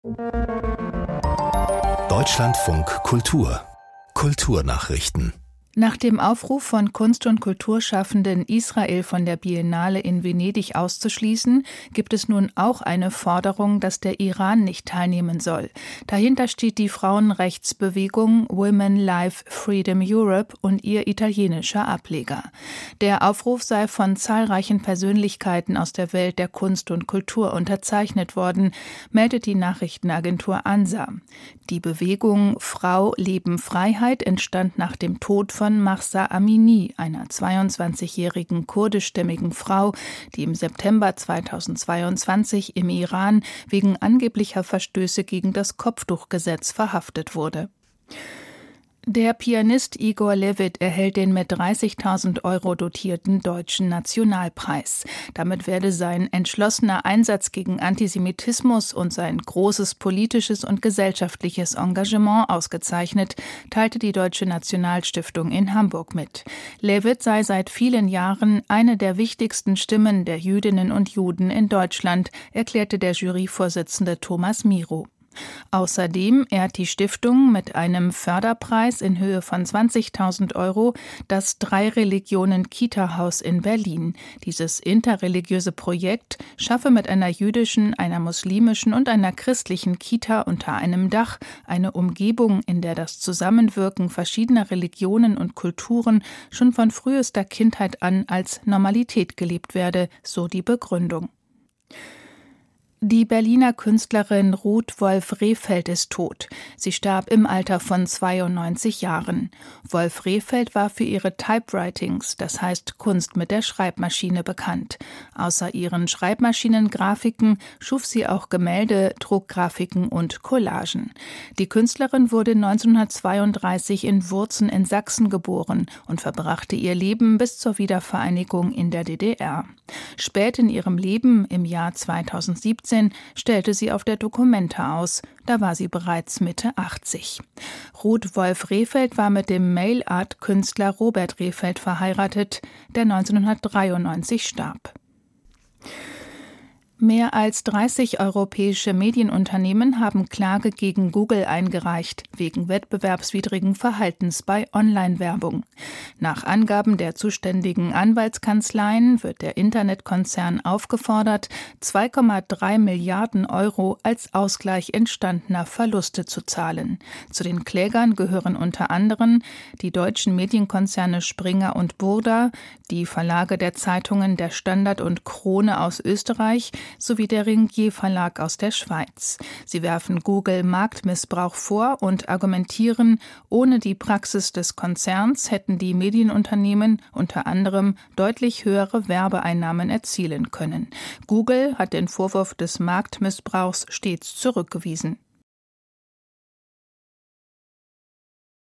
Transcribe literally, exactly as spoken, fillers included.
Deutschlandfunk Kultur Kulturnachrichten. Nach dem Aufruf von Kunst- und Kulturschaffenden, Israel von der Biennale in Venedig auszuschließen, gibt es nun auch eine Forderung, dass der Iran nicht teilnehmen soll. Dahinter steht die Frauenrechtsbewegung Women Life Freedom Europe und ihr italienischer Ableger. Der Aufruf sei von zahlreichen Persönlichkeiten aus der Welt der Kunst und Kultur unterzeichnet worden, meldet die Nachrichtenagentur ANSA. Die Bewegung Frau, Leben, Freiheit entstand nach dem Tod von Mahsa Amini, einer zweiundzwanzigjährigen kurdischstämmigen Frau, die im September zweitausendzweiundzwanzig im Iran wegen angeblicher Verstöße gegen das Kopftuchgesetz verhaftet wurde. Der Pianist Igor Levit erhält den mit dreißigtausend Euro dotierten Deutschen Nationalpreis. Damit werde sein entschlossener Einsatz gegen Antisemitismus und sein großes politisches und gesellschaftliches Engagement ausgezeichnet, teilte die Deutsche Nationalstiftung in Hamburg mit. Levit sei seit vielen Jahren eine der wichtigsten Stimmen der Jüdinnen und Juden in Deutschland, erklärte der Juryvorsitzende Thomas Miro. Außerdem ehrt die Stiftung mit einem Förderpreis in Höhe von zwanzigtausend Euro das Drei-Religionen-Kita-Haus in Berlin. Dieses interreligiöse Projekt schaffe mit einer jüdischen, einer muslimischen und einer christlichen Kita unter einem Dach eine Umgebung, in der das Zusammenwirken verschiedener Religionen und Kulturen schon von frühester Kindheit an als Normalität gelebt werde, so die Begründung. Die Berliner Künstlerin Ruth Wolf-Rehfeld ist tot. Sie starb im Alter von zweiundneunzig Jahren. Wolf-Rehfeld war für ihre Typewritings, das heißt Kunst mit der Schreibmaschine, bekannt. Außer ihren Schreibmaschinengrafiken schuf sie auch Gemälde, Druckgrafiken und Collagen. Die Künstlerin wurde neunzehnhundertzweiunddreißig in Wurzen in Sachsen geboren und verbrachte ihr Leben bis zur Wiedervereinigung in der D D R. Spät in ihrem Leben, im Jahr zweitausendsiebzehn, stellte sie auf der Documenta aus. Da war sie bereits Mitte achtzig. Ruth Wolf-Rehfeld war mit dem Mail-Art-Künstler Robert Rehfeld verheiratet, der neunzehnhundertdreiundneunzig starb. Mehr als dreißig europäische Medienunternehmen haben Klage gegen Google eingereicht, wegen wettbewerbswidrigen Verhaltens bei Online-Werbung. Nach Angaben der zuständigen Anwaltskanzleien wird der Internetkonzern aufgefordert, zwei Komma drei Milliarden Euro als Ausgleich entstandener Verluste zu zahlen. Zu den Klägern gehören unter anderem die deutschen Medienkonzerne Springer und Burda, die Verlage der Zeitungen Der Standard und Krone aus Österreich, sowie der Ringier Verlag aus der Schweiz. Sie werfen Google Marktmissbrauch vor und argumentieren, ohne die Praxis des Konzerns hätten die Medienunternehmen unter anderem deutlich höhere Werbeeinnahmen erzielen können. Google hat den Vorwurf des Marktmissbrauchs stets zurückgewiesen.